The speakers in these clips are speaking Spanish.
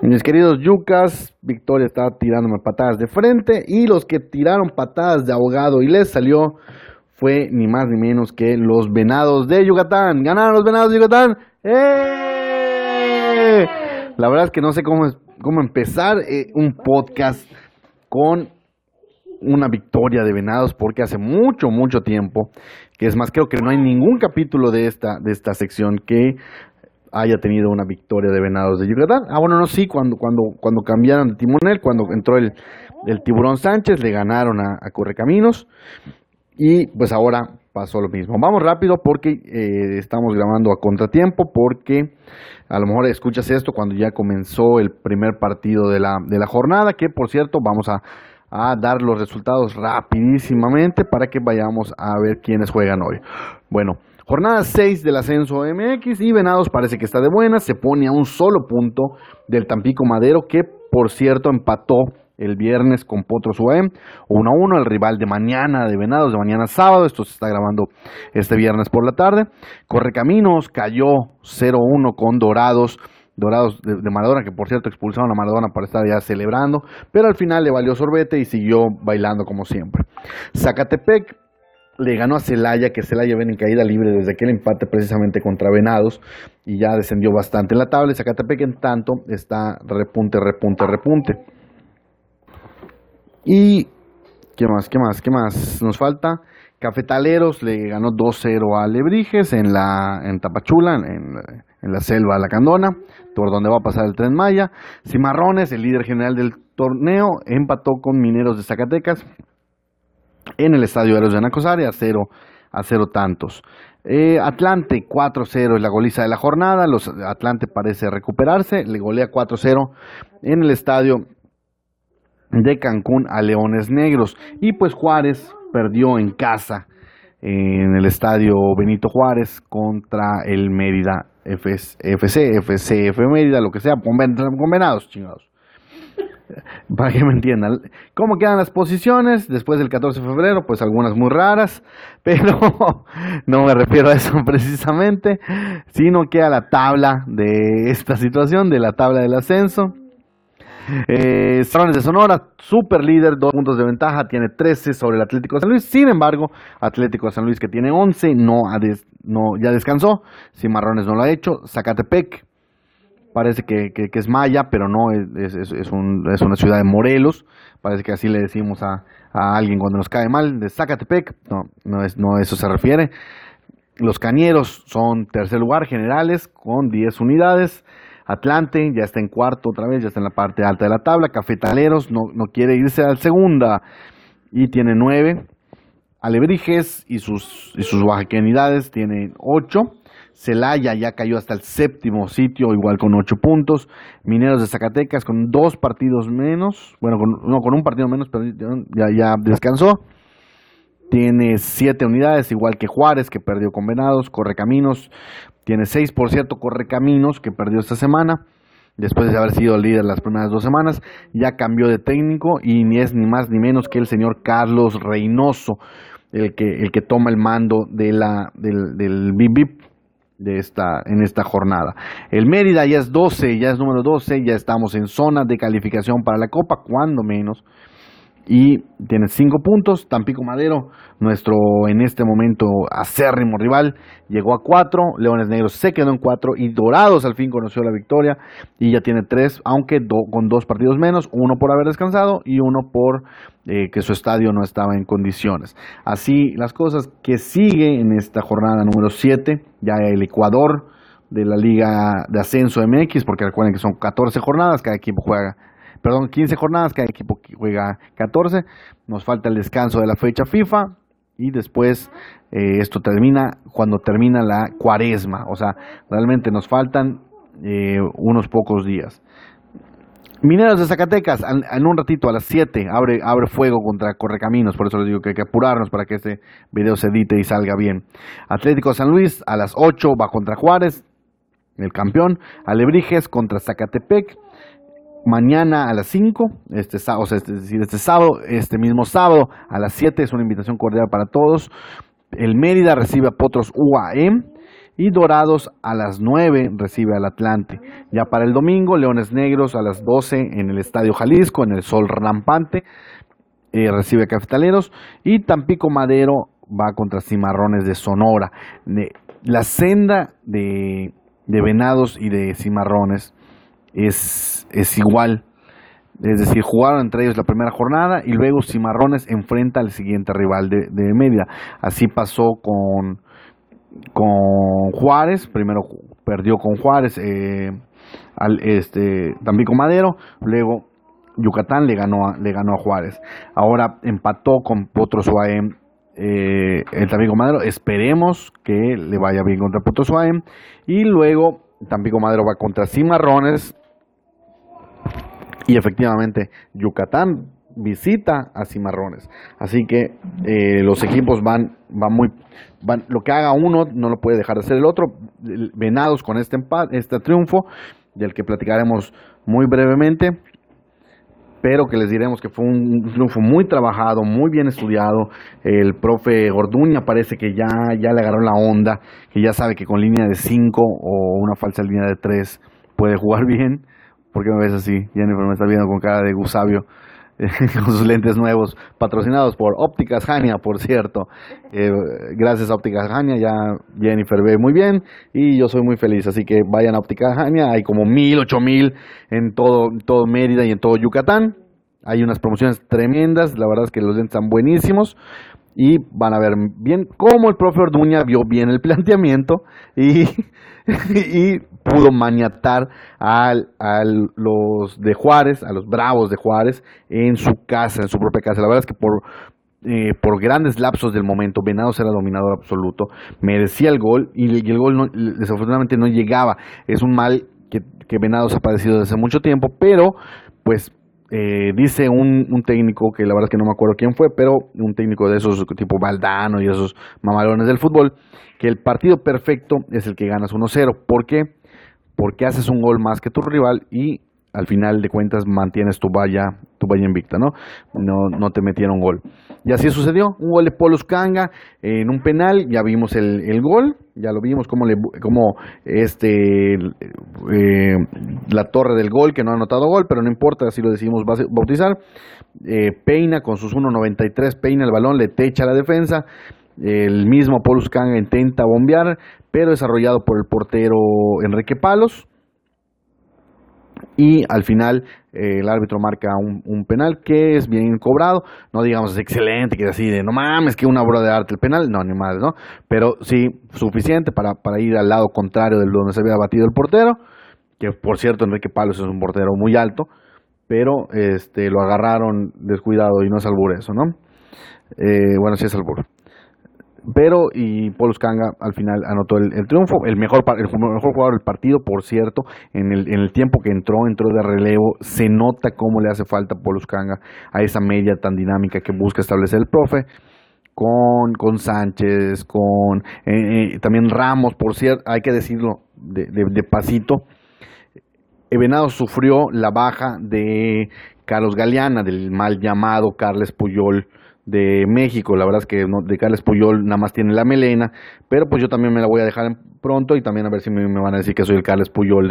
Mis queridos yucas, Victoria está tirándome patadas de frente y los que tiraron patadas de ahogado y les salió fue ni más ni menos que los Venados de Yucatán. ¡Ganaron los Venados de Yucatán! ¡Eh! La verdad es que no sé cómo empezar un podcast con una victoria de Venados, porque hace mucho tiempo, que es más, creo que no hay ningún capítulo de esta sección que haya tenido una victoria de Venados de Yucatán. Bueno, no, sí, cuando cambiaron de timonel, cuando entró el Tiburón Sánchez, le ganaron a Correcaminos, y pues ahora pasó lo mismo. Vamos rápido porque estamos grabando a contratiempo, porque a lo mejor escuchas esto cuando ya comenzó el primer partido de la jornada, que por cierto vamos a dar los resultados rapidísimamente para que vayamos a ver quiénes juegan hoy. Bueno, jornada 6 del Ascenso MX y Venados parece que está de buenas, se pone a un solo punto del Tampico Madero, que por cierto empató el viernes con Potros UAM 1-1, el rival de mañana de Venados, de mañana sábado. Esto se está grabando este viernes por la tarde. Correcaminos cayó 0-1 con Dorados de Maradona, que por cierto expulsaron a Maradona para estar ya celebrando, pero al final le valió sorbete y siguió bailando como siempre. Zacatepec le ganó a Celaya, que Celaya viene en caída libre desde aquel empate precisamente contra Venados y ya descendió bastante en la tabla. Zacatepec en tanto está repunte. Y ¿qué más nos falta? Cafetaleros le ganó 2-0 a Alebrijes en Tapachula, en la selva Lacandona, por donde va a pasar el Tren Maya. Cimarrones, el líder general del torneo, empató con Mineros de Zacatecas en el Estadio Héroes de Nacosari a 0 tantos. Atlante 4-0 es la goliza de la jornada. Atlante parece recuperarse, le golea 4-0 en el estadio de Cancún a Leones Negros. Y pues Juárez perdió en casa en el estadio Benito Juárez contra el Mérida FCF Mérida, lo que sea, con Venados, chingados. Para que me entiendan. ¿Cómo quedan las posiciones después del 14 de febrero? Pues algunas muy raras, pero no me refiero a eso precisamente, sino que a la tabla de esta situación, de la tabla del ascenso. Cimarrones de Sonora, super líder, 2 puntos de ventaja, tiene 13 sobre el Atlético de San Luis. Sin embargo, Atlético de San Luis, que tiene 11, ya descansó. Cimarrones no lo ha hecho. Zacatepec parece que es maya, pero no, es una ciudad de Morelos. Parece que así le decimos a alguien cuando nos cae mal, de Zacatepec. No a eso se refiere. Los Cañeros son tercer lugar, generales, con 10 unidades. Atlante ya está en cuarto otra vez, ya está en la parte alta de la tabla. Cafetaleros no quiere irse al segunda y tiene 9. Alebrijes y sus oaxaqueñidades tienen 8. Celaya ya cayó hasta el séptimo sitio, igual con 8 puntos. Mineros de Zacatecas con 2 partidos menos, con un partido menos, pero ya descansó. Tiene 7 unidades, igual que Juárez, que perdió con Venados. Correcaminos tiene 6, por cierto, Correcaminos, que perdió esta semana, después de haber sido líder las primeras 2 semanas. Ya cambió de técnico y ni es ni más ni menos que el señor Carlos Reynoso, el que toma el mando del BIP en esta jornada. El Mérida ya es número 12, ya estamos en zona de calificación para la Copa, cuando menos, y tiene 5 puntos. Tampico Madero, nuestro en este momento acérrimo rival, llegó a 4, Leones Negros se quedó en 4 y Dorados al fin conoció la victoria y ya tiene 3, aunque con 2 partidos menos, uno por haber descansado y uno por que su estadio no estaba en condiciones. Así las cosas, que sigue en esta jornada número 7, ya el Ecuador de la Liga de Ascenso MX, porque recuerden que son 14 jornadas, cada equipo juega 15 jornadas, cada equipo juega 14, nos falta el descanso de la fecha FIFA y después esto termina cuando termina la cuaresma, o sea, realmente nos faltan unos pocos días. Mineros de Zacatecas, en un ratito a las 7 abre fuego contra Correcaminos, por eso les digo que hay que apurarnos para que este video se edite y salga bien. Atlético de San Luis a las 8 va contra Juárez, el campeón. Alebrijes contra Zacatepec. Mañana a las 5, este mismo sábado a las 7, es una invitación cordial para todos. El Mérida recibe a Potros UAM Y Dorados a las 9 recibe al Atlante. Ya para el domingo, Leones Negros a las 12 en el Estadio Jalisco, en el Sol Rampante, recibe a Cafetaleros. Y Tampico Madero va contra Cimarrones de Sonora. La senda de Venados y de Cimarrones es igual. Es decir, jugaron entre ellos la primera jornada y luego Cimarrones enfrenta al siguiente rival de Mérida. Así pasó con Juárez. Primero perdió con Juárez al Tampico Madero, luego Yucatán le ganó a Juárez. Ahora empató con Potros UAM el Tampico Madero. Esperemos que le vaya bien contra Potros UAM. Y luego Tampico Madero va contra Cimarrones. Y efectivamente Yucatán visita a Cimarrones. Así que los equipos van, lo que haga uno no lo puede dejar de hacer el otro. Venados con este triunfo, del que platicaremos muy brevemente, pero que les diremos que fue un triunfo muy trabajado, muy bien estudiado. El profe Orduña parece que ya le agarró la onda, que ya sabe que con línea de 5 o una falsa línea de 3 puede jugar bien. ¿Por qué me ves así? Jennifer me está viendo con cara de gusabio, con sus lentes nuevos, patrocinados por Ópticas Jania, por cierto. Gracias a Ópticas Jania, ya Jennifer ve muy bien y yo soy muy feliz. Así que vayan a Ópticas Jania, hay como 1,000, 8,000 en todo Mérida y en todo Yucatán. Hay unas promociones tremendas, la verdad es que los lentes están buenísimos. Y van a ver bien cómo el profe Orduña vio bien el planteamiento y pudo maniatar a los de Juárez, a los Bravos de Juárez, en su casa, en su propia casa. La verdad es que por grandes lapsos del momento, Venados era dominador absoluto, merecía el gol y el gol desafortunadamente no llegaba. Es un mal que Venados ha padecido desde hace mucho tiempo, pero pues dice un técnico, que la verdad es que no me acuerdo quién fue, pero un técnico de esos tipo Valdano y esos mamalones del fútbol, que el partido perfecto es el que ganas 1-0. ¿Por qué? Porque haces un gol más que tu rival y al final de cuentas mantienes tu valla invicta, ¿no? No te metieron gol. Y así sucedió, un gol de Polus Kanga en un penal. Ya vimos el gol, ya lo vimos como la torre del gol, que no ha anotado gol, pero no importa, así lo decidimos bautizar. Peina con sus 1.93, peina el balón, le techa la defensa. El mismo Polus Kanga intenta bombear, pero desarrollado por el portero Enrique Palos. Y al final el árbitro marca un penal que es bien cobrado. No digamos es excelente, que es así de no mames, que una obra de arte el penal. No, ni madre, ¿no? Pero sí suficiente para ir al lado contrario de donde se había batido el portero. Que por cierto, Enrique Palos es un portero muy alto, pero lo agarraron descuidado y no es albur eso, ¿no? Bueno, sí es albur. Pero y Polus Kanga al final anotó el triunfo, el mejor jugador del partido, por cierto. En el tiempo que entró de relevo. Se nota cómo le hace falta Polus Kanga a esa media tan dinámica que busca establecer el profe, con Sánchez, con también Ramos, por cierto, hay que decirlo de pasito. Venados sufrió la baja de Carlos Galeana, del mal llamado Carles Puyol de México. La verdad es que de Carles Puyol nada más tiene la melena, pero pues yo también me la voy a dejar pronto y también a ver si me van a decir que soy el Carles Puyol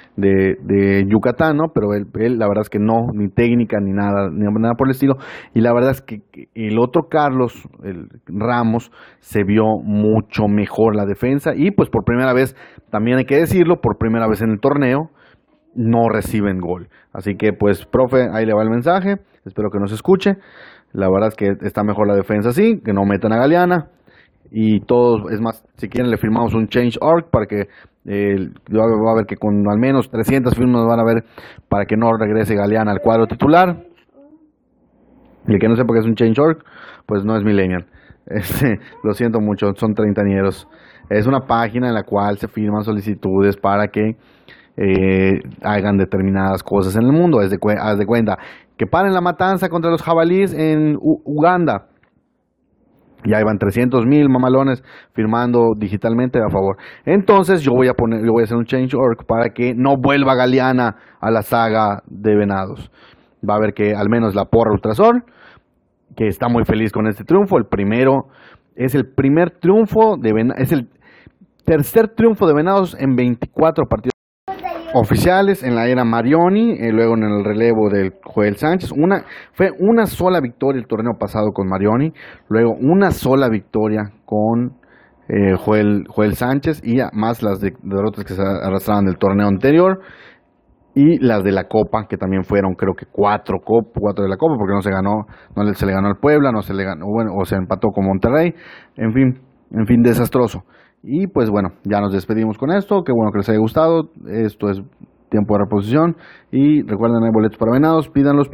de Yucatán, ¿no? Pero él la verdad es que no, ni técnica ni nada por el estilo. Y la verdad es que el otro Carlos, el Ramos, se vio mucho mejor la defensa y pues por primera vez, también hay que decirlo, por primera vez en el torneo no reciben gol. Así que pues profe, ahí le va el mensaje, espero que nos escuche. La verdad es que está mejor la defensa así, que no metan a Galeana. Y todos, es más, si quieren le firmamos un change.org para que va a ver que con al menos 300 firmas van a ver para que no regrese Galeana al cuadro titular. Y el que no sepa qué es un change.org, pues no es millennial. Lo siento mucho, son treintañeros. Es una página en la cual se firman solicitudes para que hagan determinadas cosas en el mundo. Haz de cuenta que paren la matanza contra los jabalíes en Uganda. Ya iban 300,000 mamalones firmando digitalmente a favor. Entonces yo voy a hacer un change.org para que no vuelva Galeana a la saga de Venados. Va a haber que al menos la porra Ultrasol, que está muy feliz con este triunfo. Es el primer triunfo de Venados, Tercer triunfo de Venados en 24 partidos oficiales en la era Marioni, luego en el relevo del Joel Sánchez. Fue una sola victoria el torneo pasado con Marioni, luego una sola victoria con Joel Sánchez, y más las derrotas que se arrastraban del torneo anterior y las de la Copa, que también fueron creo que cuatro de la Copa, porque no se le ganó al Puebla, no se le ganó, bueno, o se empató con Monterrey, en fin, desastroso. Y pues bueno, ya nos despedimos con esto. Qué bueno que les haya gustado. Esto es Tiempo de Reposición. Y recuerden, hay boletos para Venados. Pídanlos.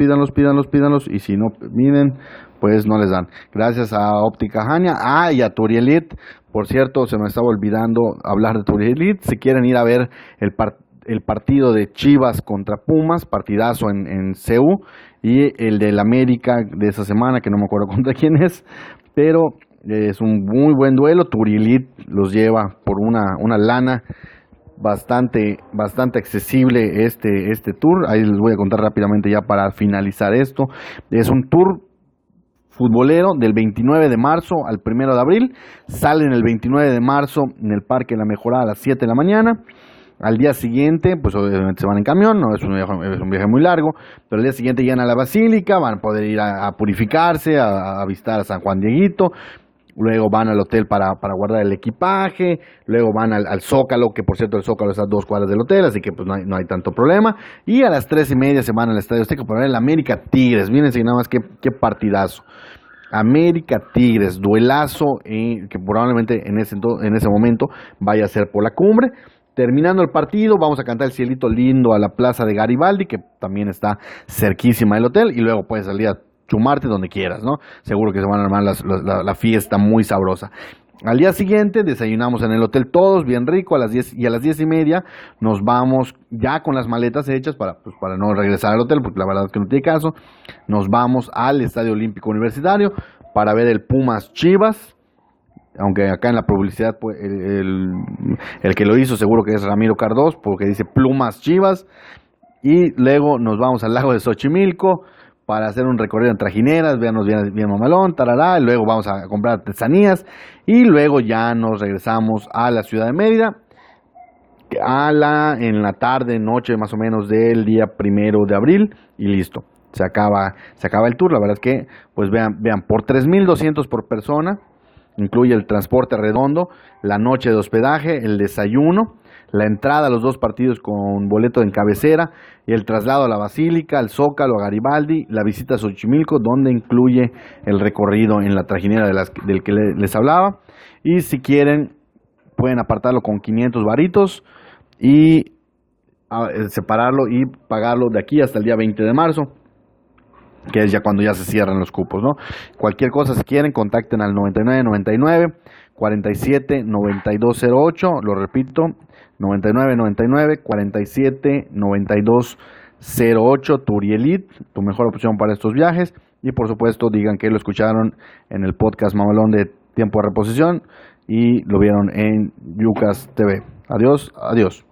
Y si no piden, pues no les dan. Gracias a Óptica Jania. Y a Turielit. Por cierto, se me estaba olvidando hablar de Turielit. Si quieren ir a ver el partido de Chivas contra Pumas, partidazo en CU. Y el del América de esa semana, que no me acuerdo contra quién es. Pero es un muy buen duelo. Turielit los lleva por una lana bastante accesible este tour. Ahí les voy a contar rápidamente ya para finalizar esto. Es un tour futbolero del 29 de marzo al 1 de abril. Salen el 29 de marzo en el Parque La Mejorada a las 7 de la mañana. Al día siguiente, pues obviamente se van en camión, no es un viaje muy largo, pero al día siguiente llegan a la Basílica, van a poder ir a purificarse, a visitar a San Juan Dieguito. Luego van al hotel para guardar el equipaje, luego van al Zócalo, que por cierto el Zócalo está a 2 cuadras del hotel, así que pues no hay tanto problema. Y a las 3:30 se van al Estadio Azteca para ver el América Tigres. Miren nada más qué partidazo. América Tigres, duelazo, que probablemente en ese momento vaya a ser por la cumbre. Terminando el partido, vamos a cantar El Cielito Lindo a la plaza de Garibaldi, que también está cerquísima del hotel, y luego puedes salir a chumarte donde quieras, ¿no? Seguro que se van a armar la fiesta muy sabrosa. Al día siguiente desayunamos en el hotel todos, bien rico, a las 10, y a las 10:30 nos vamos ya con las maletas hechas para no regresar al hotel, porque la verdad es que no tiene caso. Nos vamos al Estadio Olímpico Universitario para ver el Pumas Chivas, aunque acá en la publicidad pues, el que lo hizo seguro que es Ramiro Cardós, porque dice Plumas Chivas. Y luego nos vamos al lago de Xochimilco para hacer un recorrido en trajineras, veanos bien mamalón, tarará, y luego vamos a comprar artesanías, y luego ya nos regresamos a la ciudad de Mérida, en la tarde, noche más o menos del día 1 de abril, y listo, se acaba el tour. La verdad es que, pues vean, por 3,200 por persona, incluye el transporte redondo, la noche de hospedaje, el desayuno, la entrada a los 2 partidos con boleto en cabecera, y el traslado a la Basílica, al Zócalo, a Garibaldi, la visita a Xochimilco, donde incluye el recorrido en la trajinera del que les hablaba. Y si quieren, pueden apartarlo con 500 varitos y separarlo y pagarlo de aquí hasta el día 20 de marzo, que es ya cuando ya se cierran los cupos, ¿no? Cualquier cosa, si quieren, contacten al 9999 47 9208, lo repito, 9999 47 9208, Turielit, tu mejor opción para estos viajes. Y por supuesto digan que lo escucharon en el podcast mamalón de Tiempo de Reposición y lo vieron en Yucas TV. Adiós.